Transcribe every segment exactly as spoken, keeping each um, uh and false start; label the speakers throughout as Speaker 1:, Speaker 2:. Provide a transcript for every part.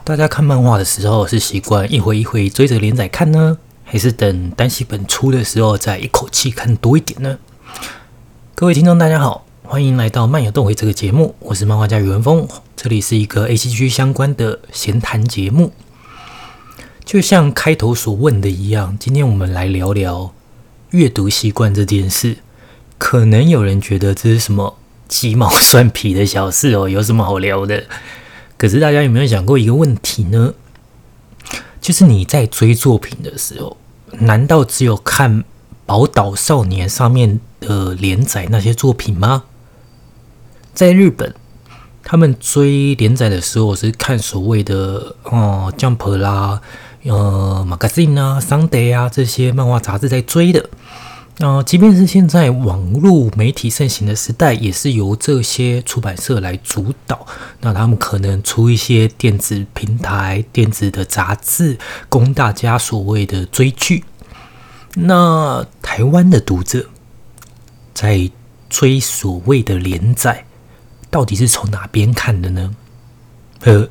Speaker 1: 大家看漫画的时候是习惯一回一回追着连载看呢，还是等单行本出的时候再一口气看多一点呢？各位听众大家好，欢迎来到漫游动回这个节目，我是漫画家宇文峰，这里是一个 A C G 相关的闲谈节目。就像开头所问的一样，今天我们来聊聊阅读习惯这件事。可能有人觉得这是什么鸡毛蒜皮的小事哦，有什么好聊的？可是大家有没有想过一个问题呢？就是你在追作品的时候，难道只有看宝岛少年上面的连载那些作品吗？在日本，他们追连载的时候是看所谓的哦 Jump 啦、呃 Magazine 啊、Sunday 啊这些漫画杂志在追的。呃，即便是现在网络媒体盛行的时代，也是由这些出版社来主导。那他们可能出一些电子平台、电子的杂志，供大家所谓的追剧。那台湾的读者在追所谓的连载，到底是从哪边看的呢？呃，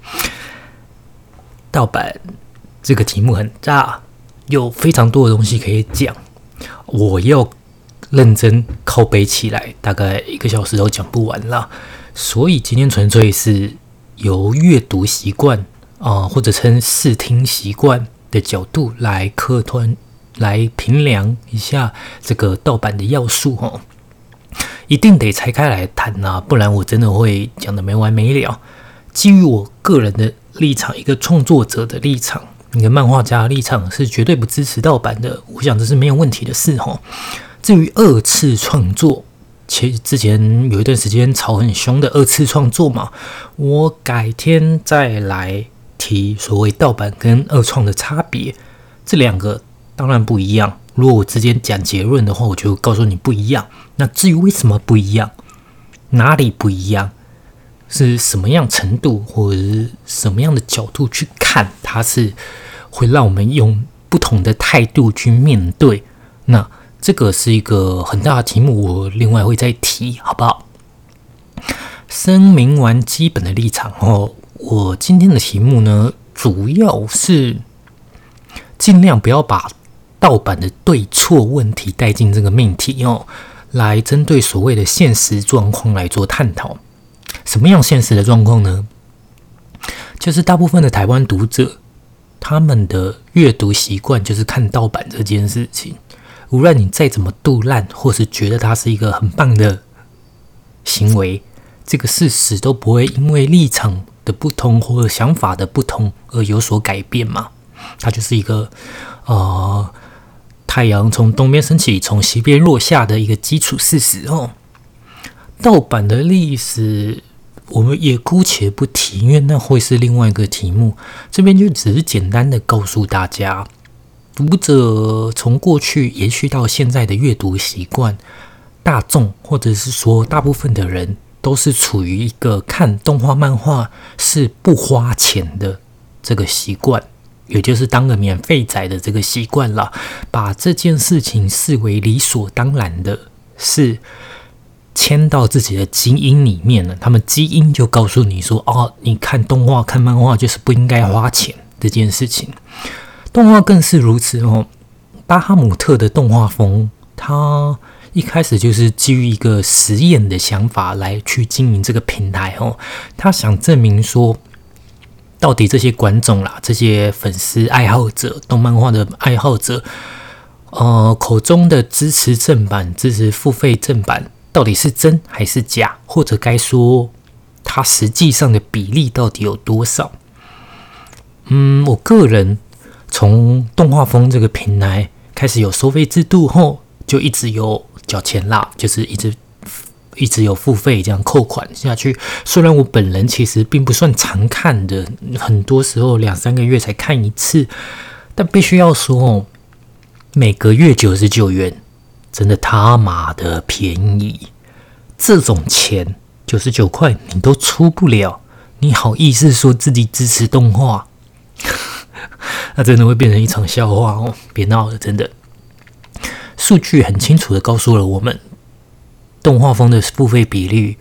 Speaker 1: 盗版这个题目很大，有非常多的东西可以讲。我要认真靠背起来，大概一个小时都讲不完啦。所以今天纯粹是由阅读习惯啊、呃，或者称视听习惯的角度来客观来评量一下这个盗版的要素哦。一定得拆开来谈啊，不然我真的会讲得没完没了。基于我个人的立场，一个创作者的立场。一个漫画家的立场是绝对不支持盗版的，我想这是没有问题的事齁。至于二次创作，其实之前有一段时间吵很凶的二次创作嘛，我改天再来提所谓盗版跟二创的差别。这两个当然不一样，如果我直接讲结论的话，我就告诉你不一样。那至于为什么不一样，哪里不一样，是什么样程度或者是什么样的角度去看，它是会让我们用不同的态度去面对。那这个是一个很大的题目，我另外会再提，好不好？声明完基本的立场后，我今天的题目呢，主要是尽量不要把盗版的对错问题带进这个命题哦，来针对所谓的现实状况来做探讨。什么样现实的状况呢？就是大部分的台湾读者，他们的阅读习惯就是看盗版这件事情。无论你再怎么杜烂，或是觉得它是一个很棒的行为，这个事实都不会因为立场的不同或者想法的不同而有所改变嘛。它就是一个呃太阳从东边升起，从西边落下的一个基础事实哦。盗版的历史我们也姑且不提，因为那会是另外一个题目。这边就只是简单的告诉大家，读者从过去延续到现在的阅读习惯，大众或者是说大部分的人都是处于一个看动画漫画是不花钱的这个习惯，也就是当个免费仔的这个习惯啦，把这件事情视为理所当然的，是迁到自己的基因里面了。他们基因就告诉你说，哦，你看动画看漫画就是不应该花钱这件事情。动画更是如此哦。巴哈姆特的动画风，它一开始就是基于一个实验的想法来去经营这个平台哦。他想证明说，到底这些观众啦，这些粉丝爱好者，动漫画的爱好者，呃，口中的支持正版、支持付费正版，到底是真还是假？或者该说，它实际上的比例到底有多少？嗯，我个人从动画风这个平台开始有收费制度后，就一直有缴钱啦，就是一直一直有付费这样扣款下去。虽然我本人其实并不算常看的，很多时候两三个月才看一次，但必须要说哦，每个月九十九元。真的他妈的便宜，这种钱九十九块你都出不了，你好意思说自己支持动画？那真的会变成一场笑话哦！别闹了，真的。数据很清楚的告诉了我们，动画风的付费比率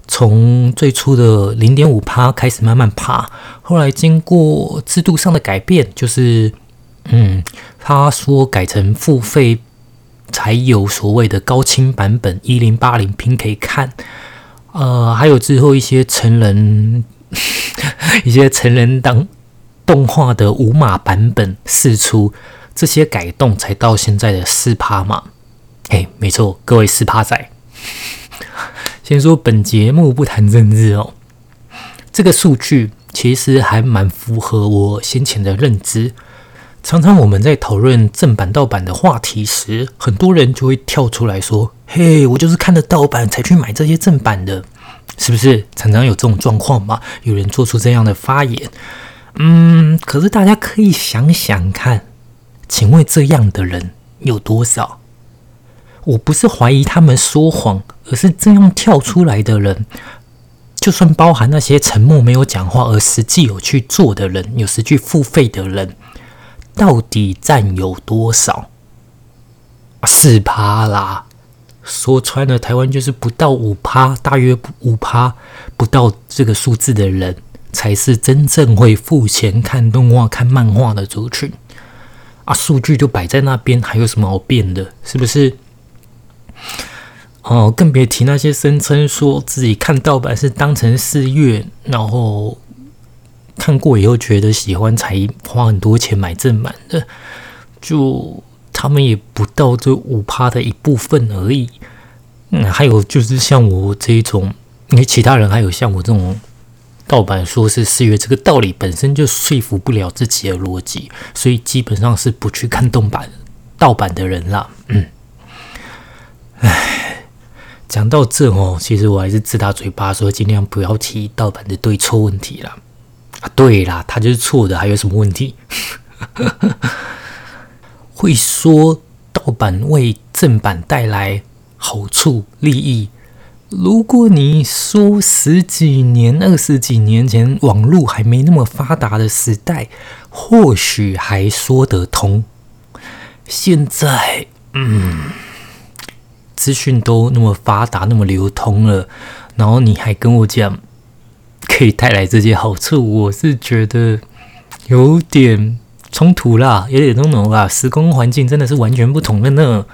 Speaker 1: 从最初的 百分之零点五 开始慢慢爬，后来经过制度上的改变，就是嗯，他说改成付费才有所谓的高清版本一零八零 P 可以看，呃，还有之后一些成人一些成人当动画的无码版本释出，这些改动才到现在的 百分之四 嘛。哎，没错，各位四趴仔。先说本节目不谈政治哦，这个数据其实还蛮符合我先前的认知。常常我们在讨论正版盗版的话题时，很多人就会跳出来说：“嘿，我就是看了盗版才去买这些正版的。”是不是？常常有这种状况嘛？有人做出这样的发言。嗯，可是大家可以想想看，请问这样的人有多少？我不是怀疑他们说谎，而是这样跳出来的人，就算包含那些沉默没有讲话而实际有去做的人，有实际付费的人，到底占有多少？四趴啦！说穿了，台湾就是不到五趴，大约五趴不到这个数字的人，才是真正会付钱看动画、看漫画的族群啊！数据就摆在那边，还有什么好变的？是不是？哦，更别提那些声称说自己看盗版是当成试阅，然后看过以后觉得喜欢才花很多钱买正版的，就他们也不到这 百分之五 的一部分而已。嗯，还有就是像我这一种，因为其他人还有像我这种盗版说是试阅，这个道理本身就说服不了自己的逻辑，所以基本上是不去看动版盗版的人啦。嗯。唉，讲到这哦，其实我还是自打嘴巴说尽量不要提盗版的对错问题啦。啊，对啦，他就是错的，还有什么问题？会说盗版为正版带来好处利益，如果你说十几年、二十几年前网络还没那么发达的时代，或许还说得通。现在，嗯。资讯都那么发达、那么流通了，然后你还跟我讲可以带来这些好处，我是觉得有点冲突啦，有点冲突啦。时空环境真的是完全不同的呢。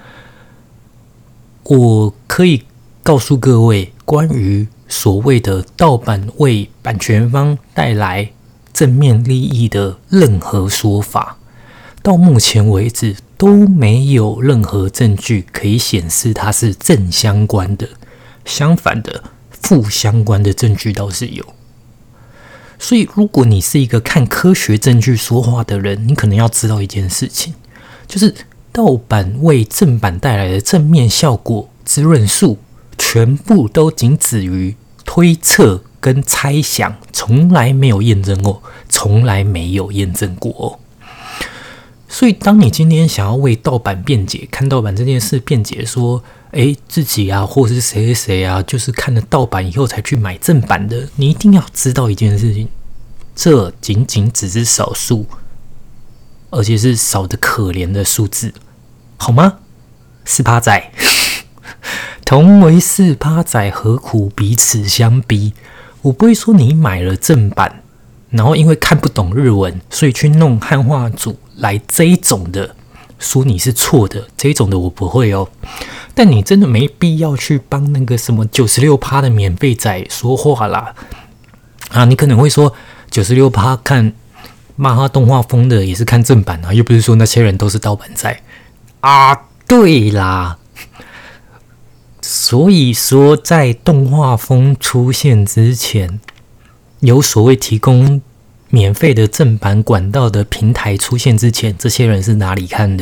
Speaker 1: 我可以告诉各位，关于所谓的盗版为版权方带来正面利益的任何说法，到目前为止都没有任何证据可以显示它是正相关的，相反的，负相关的证据倒是有。所以，如果你是一个看科学证据说话的人，你可能要知道一件事情，就是盗版为正版带来的正面效果之论述，全部都仅止于推测跟猜想，从来没有验证过，从来没有验证过哦。所以，当你今天想要为盗版辩解，看盗版这件事辩解，说，哎，自己啊，或是谁谁谁啊，就是看了盗版以后才去买正版的，你一定要知道一件事情，这仅仅只是少数，而且是少得可怜的数字，好吗？四趴仔，同为四趴仔，何苦彼此相逼？我不会说你买了正版，然后因为看不懂日文，所以去弄汉化组来这一种的，说你是错的，这一种的我不会哦。但你真的没必要去帮那个什么 百分之九十六 的免费仔说话啦。啊，你可能会说 百分之九十六 看漫画动画风的也是看正版啊，又不是说那些人都是盗版仔啊。对啦，所以说在动画风出现之前，有所谓提供免费的正版管道的平台出现之前，这些人是哪里看的？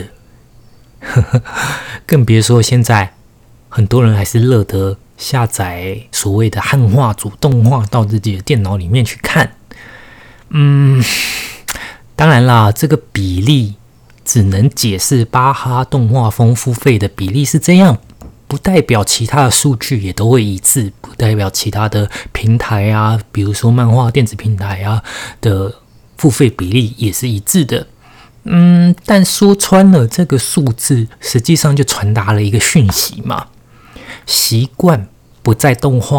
Speaker 1: 更别说现在很多人还是乐得下载所谓的汉化组动画到自己的电脑里面去看。嗯，当然啦，这个比例只能解释巴哈动画风付费的比例是这样，不代表其他的数据也都会一致，不代表其他的平台啊，比如说漫画电子平台啊的付费比例也是一致的。嗯，但说穿了，这个数字实际上就传达了一个讯息嘛，习惯不在动画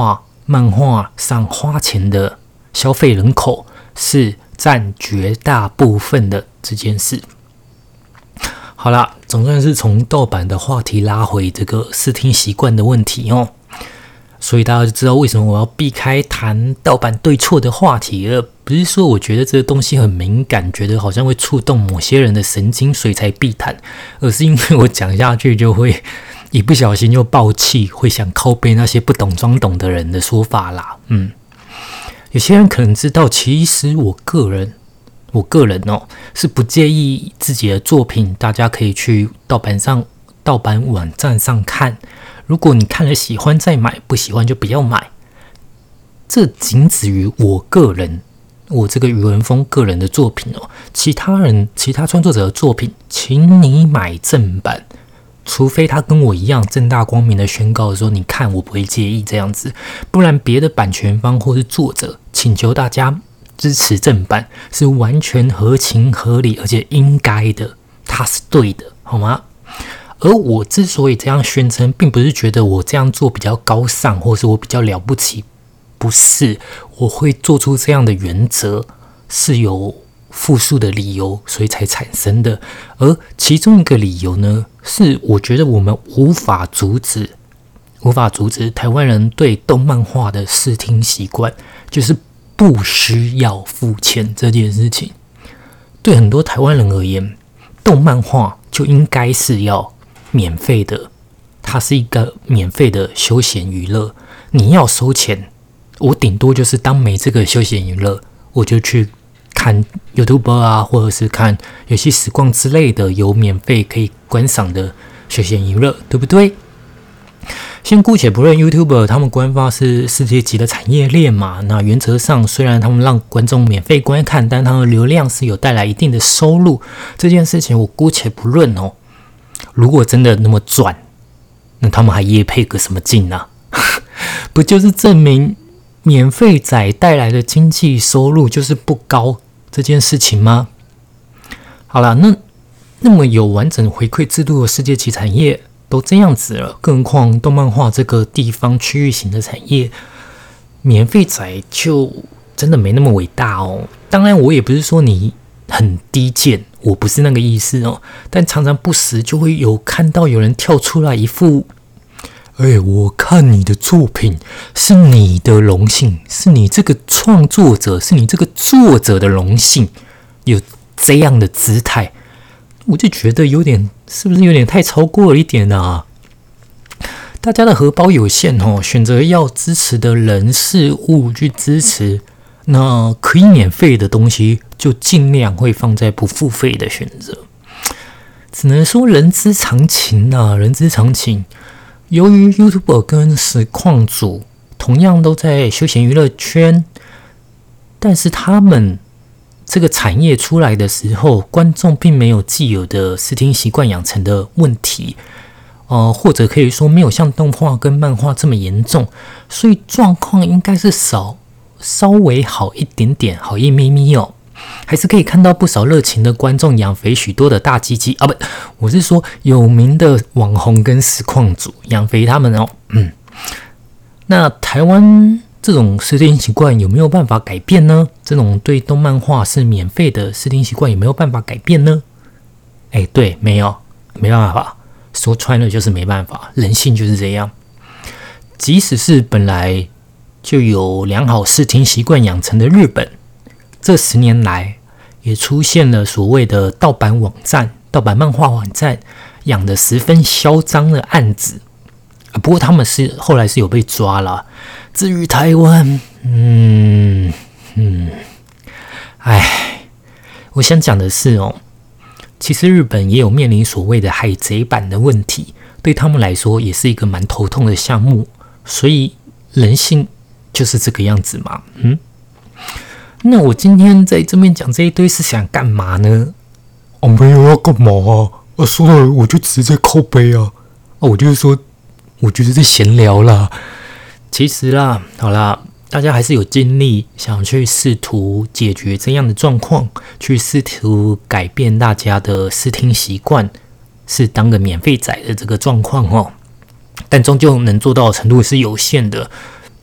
Speaker 1: 漫画上花钱的消费人口是占绝大部分的这件事。好啦，总算是从盗版的话题拉回这个视听习惯的问题哦。所以大家就知道为什么我要避开谈盗版对错的话题了。不是说我觉得这个东西很敏感，觉得好像会触动某些人的神经，所以才避谈，而是因为我讲下去就会一不小心就爆气，会想靠背那些不懂装懂的人的说法啦。嗯，有些人可能知道，其实我个人，我个人哦是不介意自己的作品，大家可以去盗版上、盗版网站上看。如果你看了喜欢再买，不喜欢就不要买。这仅止于我个人，我这个余文峰个人的作品哦。其他人、其他创作者的作品，请你买正版，除非他跟我一样正大光明的宣告说，你看我不会介意这样子，不然别的版权方或是作者请求大家支持正版是完全合情合理，而且应该的，它是对的，好吗？而我之所以这样宣称，并不是觉得我这样做比较高尚，或是我比较了不起，不是。我会做出这样的原则是有复数的理由，所以才产生的。而其中一个理由呢，是我觉得我们无法阻止，无法阻止台湾人对动漫画的视听习惯，就是不需要付钱这件事情。对很多台湾人而言，动漫画就应该是要免费的，它是一个免费的休闲娱乐。你要收钱，我顶多就是当没这个休闲娱乐，我就去看 YouTube 啊，或者是看游戏实况之类的有免费可以观赏的休闲娱乐，对不对？先姑且不论 YouTuber 他们官方是世界级的产业链嘛，那原则上虽然他们让观众免费观看，但他们的流量是有带来一定的收入，这件事情我姑且不论哦。如果真的那么赚，那他们还业配个什么劲啊？不就是证明免费仔带来的经济收入就是不高这件事情吗？好啦，那那么有完整回馈制度的世界级产业都这样子了，更何况动漫画这个地方区域型的产业，免费仔就真的没那么伟大哦。当然，我也不是说你很低贱，我不是那个意思哦。但常常不时就会有看到有人跳出来一副，哎、欸，我看你的作品是你的荣幸，是你这个创作者，是你这个作者的荣幸，有这样的姿态，我就觉得有点，是不是有点太超过了一点啊？大家的荷包有限哦，选择要支持的人事物去支持，那可以免费的东西就尽量会放在不付费的选择。只能说人之常情啊，人之常情。由于 YouTuber 跟实况主同样都在休闲娱乐圈，但是他们这个产业出来的时候，观众并没有既有的视听习惯养成的问题，呃，或者可以说没有像动画跟漫画这么严重，所以状况应该是少稍微好一点点，好一咪咪哦。还是可以看到不少热情的观众养肥许多的大鸡鸡啊！不，我是说有名的网红跟实况主养肥他们哦。嗯，那台湾这种视听习惯有没有办法改变呢？这种对动漫画是免费的视听习惯有没有办法改变呢？哎，对，没有，没办法，说穿了就是没办法，人性就是这样。即使是本来就有良好视听习惯养成的日本，这十年来也出现了所谓的盗版网站、盗版漫画网站养得十分嚣张的案子。不过他们是后来是有被抓了。至于台湾，嗯嗯，哎，我想讲的是哦，其实日本也有面临所谓的海贼版的问题，对他们来说也是一个蛮头痛的项目。所以人性就是这个样子嘛，嗯。那我今天在这边讲这一堆是想干嘛呢？我、哦、没有要干嘛啊！啊，说了我就只是在靠背啊！啊，我就是说，我就是在闲聊啦。其实啦，好啦，大家还是有精力想去试图解决这样的状况，去试图改变大家的视听习惯，是当个免费仔的这个状况哦。但终究能做到的程度是有限的。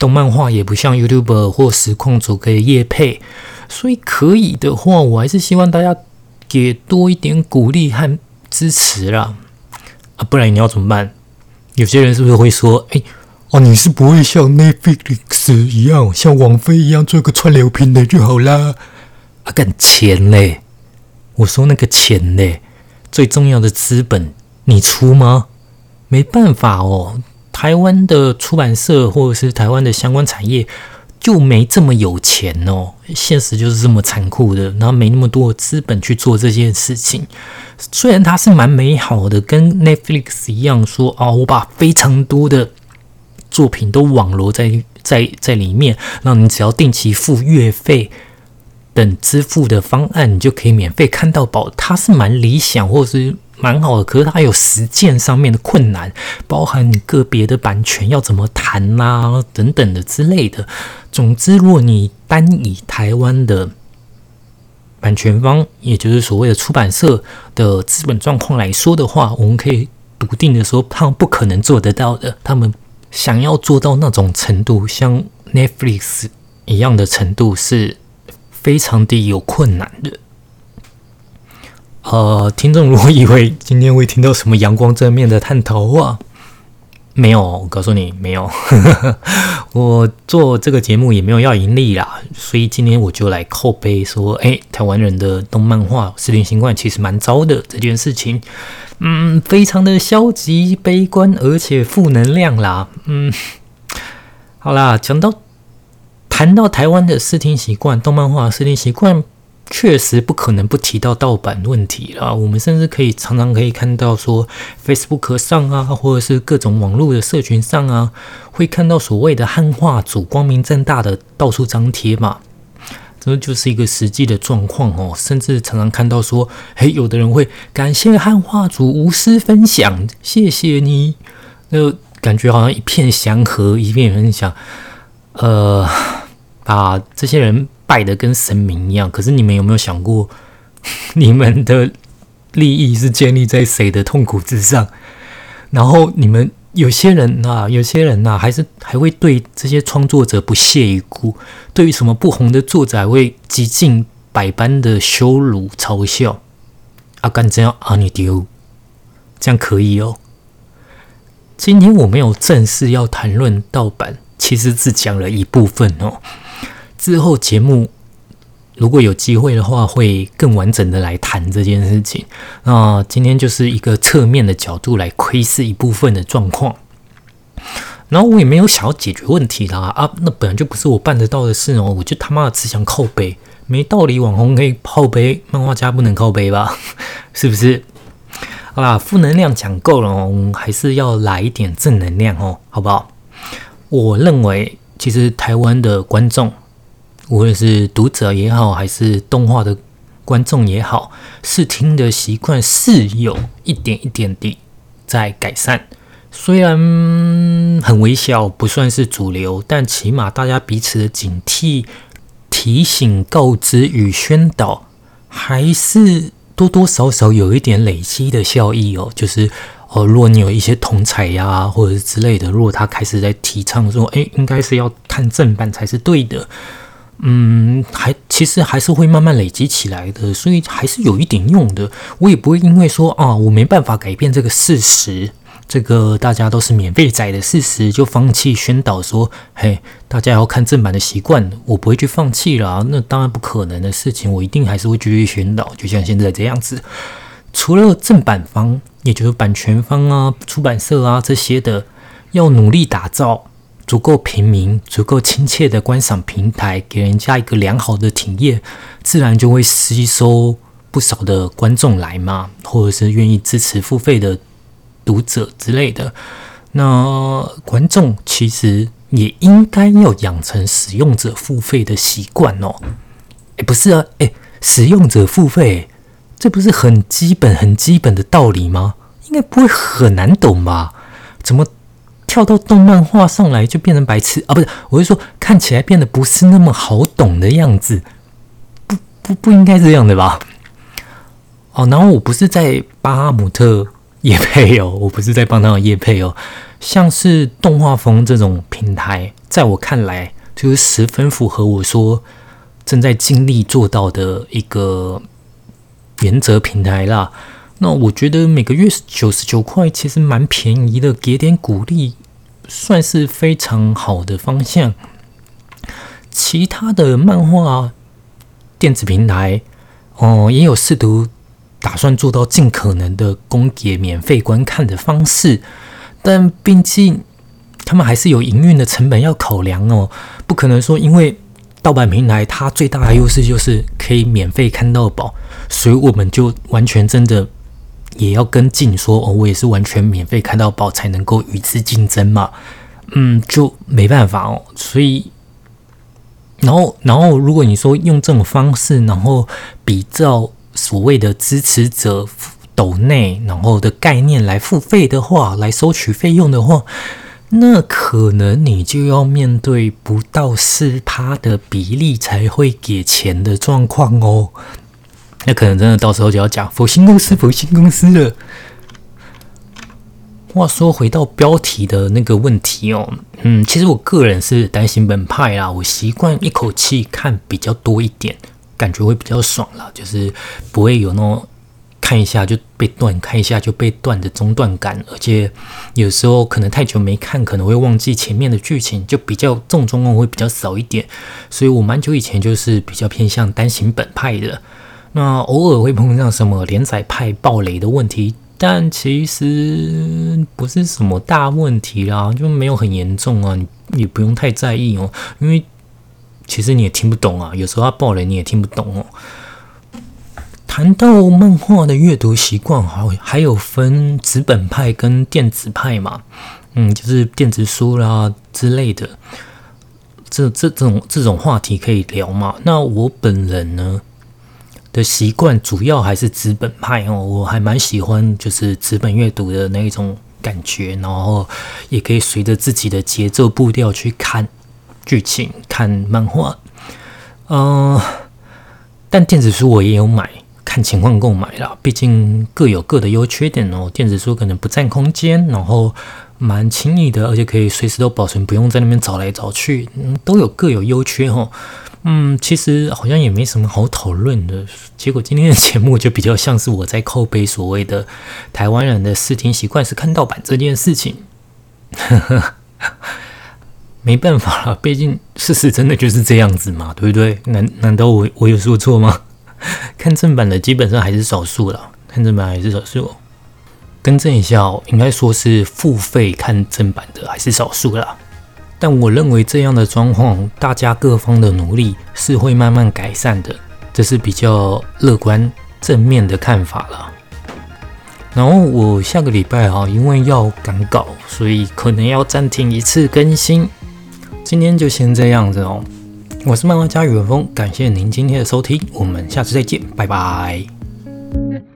Speaker 1: 动漫画也不像 YouTuber 或实况组可以业配，所以可以的话，我还是希望大家给多一点鼓励和支持啦。啊，不然你要怎么办？有些人是不是会说，哎、欸，哦，你是不会像 Netflix 一样，像网飞一样做个串流平台就好啦？啊，干钱嘞！我说那个钱嘞，最重要的资本你出吗？没办法哦，台湾的出版社或者是台湾的相关产业就没这么有钱哦，现实就是这么残酷的，然后没那么多的资本去做这件事情。虽然它是蛮美好的，跟 Netflix 一样说哦，我把非常多的作品都网罗在在在里面，让你只要定期付月费等支付的方案，你就可以免费看到宝。它是蛮理想或是蛮好的，可是它有实践上面的困难，包含你个别的版权要怎么谈啊等等的之类的。总之，如果你单以台湾的版权方，也就是所谓的出版社的资本状况来说的话，我们可以笃定的说，他们不可能做得到的。他们想要做到那种程度，像 Netflix 一样的程度，是非常的有困难的。呃，听众如果以为今天会听到什么阳光正面的探讨话，没有，我告诉你没有。我做这个节目也没有要盈利啦，所以今天我就来靠背说，哎，台湾人的动漫画失灵新冠其实蛮糟的这件事情，嗯，非常的消极、悲观，而且负能量啦。嗯，好啦，讲到谈到台湾的视听习惯，动漫画视听习惯。确实不可能不提到盗版问题啦。我们甚至可以常常可以看到说 Facebook 上啊，或者是各种网络的社群上啊，会看到所谓的汉化组光明正大的到处张贴嘛。这就是一个实际的状况哦。甚至常常看到说，嘿，有的人会感谢汉化组无私分享，谢谢你。那感觉好像一片祥和，一片分享。呃，把这些人拜的跟神明一样，可是你们有没有想过，你们的利益是建立在谁的痛苦之上？然后你们有些人啊，有些人啊，还是还会对这些创作者不屑一顾，对于什么不红的作者还会极尽百般的羞辱嘲笑。啊，干这样啊，你丢，这样可以哦。今天我没有正式要谈论盗版，其实只讲了一部分哦。之后节目如果有机会的话，会更完整的来谈这件事情。那今天就是一个侧面的角度来窥视一部分的状况。然后我也没有想要解决问题啦，啊，那本来就不是我办得到的事哦。我就他妈的只想靠背，没道理网红可以靠背，漫画家不能靠背吧？是不是？好啦，负能量讲够了哦，我们还是要来一点正能量哦，好不好？我认为，其实台湾的观众，无论是读者也好，还是动画的观众也好，视听的习惯是有一点一点地在改善。虽然很微小，不算是主流，但起码大家彼此的警惕、提醒、告知与宣导，还是多多少少有一点累积的效益哦。就是哦，如果你有一些同侪呀、啊，或者是之类的，如果他开始在提倡说，哎，应该是要看正版才是对的。嗯，还其实还是会慢慢累积起来的，所以还是有一点用的。我也不会因为说啊，我没办法改变这个事实，这个大家都是免费载的事实，就放弃宣导说，嘿，大家要看正版的习惯，我不会去放弃啦。那当然不可能的事情，我一定还是会继续宣导，就像现在这样子。除了正版方，也就是版权方啊、出版社啊这些的，要努力打造足够平民、足够亲切的观赏平台，给人家一个良好的体验，自然就会吸收不少的观众来嘛，或者是愿意支持付费的读者之类的。那观众其实也应该要养成使用者付费的习惯哦。哎，不是啊，哎，使用者付费，这不是很基本、很基本的道理吗？应该不会很难懂吧？怎么跳到动漫画上来就变成白痴啊？不是，我是说看起来变得不是那么好懂的样子，不不不应该这样的吧？哦，然后我不是在巴哈姆特业配哦，我不是在帮他们业配哦。 像是动画风这种平台，在我看来就是十分符合我说正在尽力做到的一个原则平台啦。那我觉得每个月九十九块其实蛮便宜的，给点鼓励算是非常好的方向。其他的漫画电子平台哦、呃，也有试图打算做到尽可能的供给免费观看的方式，但毕竟他们还是有营运的成本要考量哦，不可能说因为盗版平台它最大的优势就是可以免费看到饱，所以我们就完全真的也要跟进说哦，我也是完全免费看到饱才能够与之竞争嘛，嗯，就没办法哦。所以，然后，然后如果你说用这种方式，然后比照所谓的支持者抖内然后的概念来付费的话，来收取费用的话，那可能你就要面对不到 百分之四 的比例才会给钱的状况哦。那可能真的到时候就要讲佛心公司佛心公司了。话说回到标题的那个问题哦，嗯，其实我个人是单行本派啦，我习惯一口气看比较多一点，感觉会比较爽啦，就是不会有那种看一下就被断，看一下就被断的中断感，而且有时候可能太久没看，可能会忘记前面的剧情，就比较重中况会比较少一点，所以我蛮久以前就是比较偏向单行本派的。那偶尔会碰上什么连载派爆雷的问题，但其实不是什么大问题啦，就没有很严重啊，你也不用太在意哦，因为其实你也听不懂啊，有时候他爆雷你也听不懂哦。谈到漫画的阅读习惯，还有分纸本派跟电子派嘛，嗯，就是电子书啦之类的，这这种这种话题可以聊嘛。那我本人呢的习惯主要还是纸本派哦，我还蛮喜欢就是纸本阅读的那一种感觉，然后也可以随着自己的节奏步调去看剧情、看漫画。嗯、呃，但电子书我也有买，看情况购买啦，毕竟各有各的优缺点哦。电子书可能不占空间，然后蛮轻易的，而且可以随时都保存，不用在那边找来找去，嗯，都有各有优缺哦。嗯，其实好像也没什么好讨论的。结果今天的节目就比较像是我在靠背所谓的台湾人的视听习惯是看盗版这件事情。没办法啦，毕竟事实真的就是这样子嘛，对不对？难难道我我有说错吗？看正版的基本上还是少数啦，看正版还是少数。更正一下哦，应该说是付费看正版的还是少数啦。但我认为这样的状况，大家各方的努力是会慢慢改善的，这是比较乐观正面的看法啦。然后我下个礼拜啊，因为要赶稿，所以可能要暂停一次更新。今天就先这样子哦。我是漫画家宇文峰，感谢您今天的收听，我们下次再见，拜拜。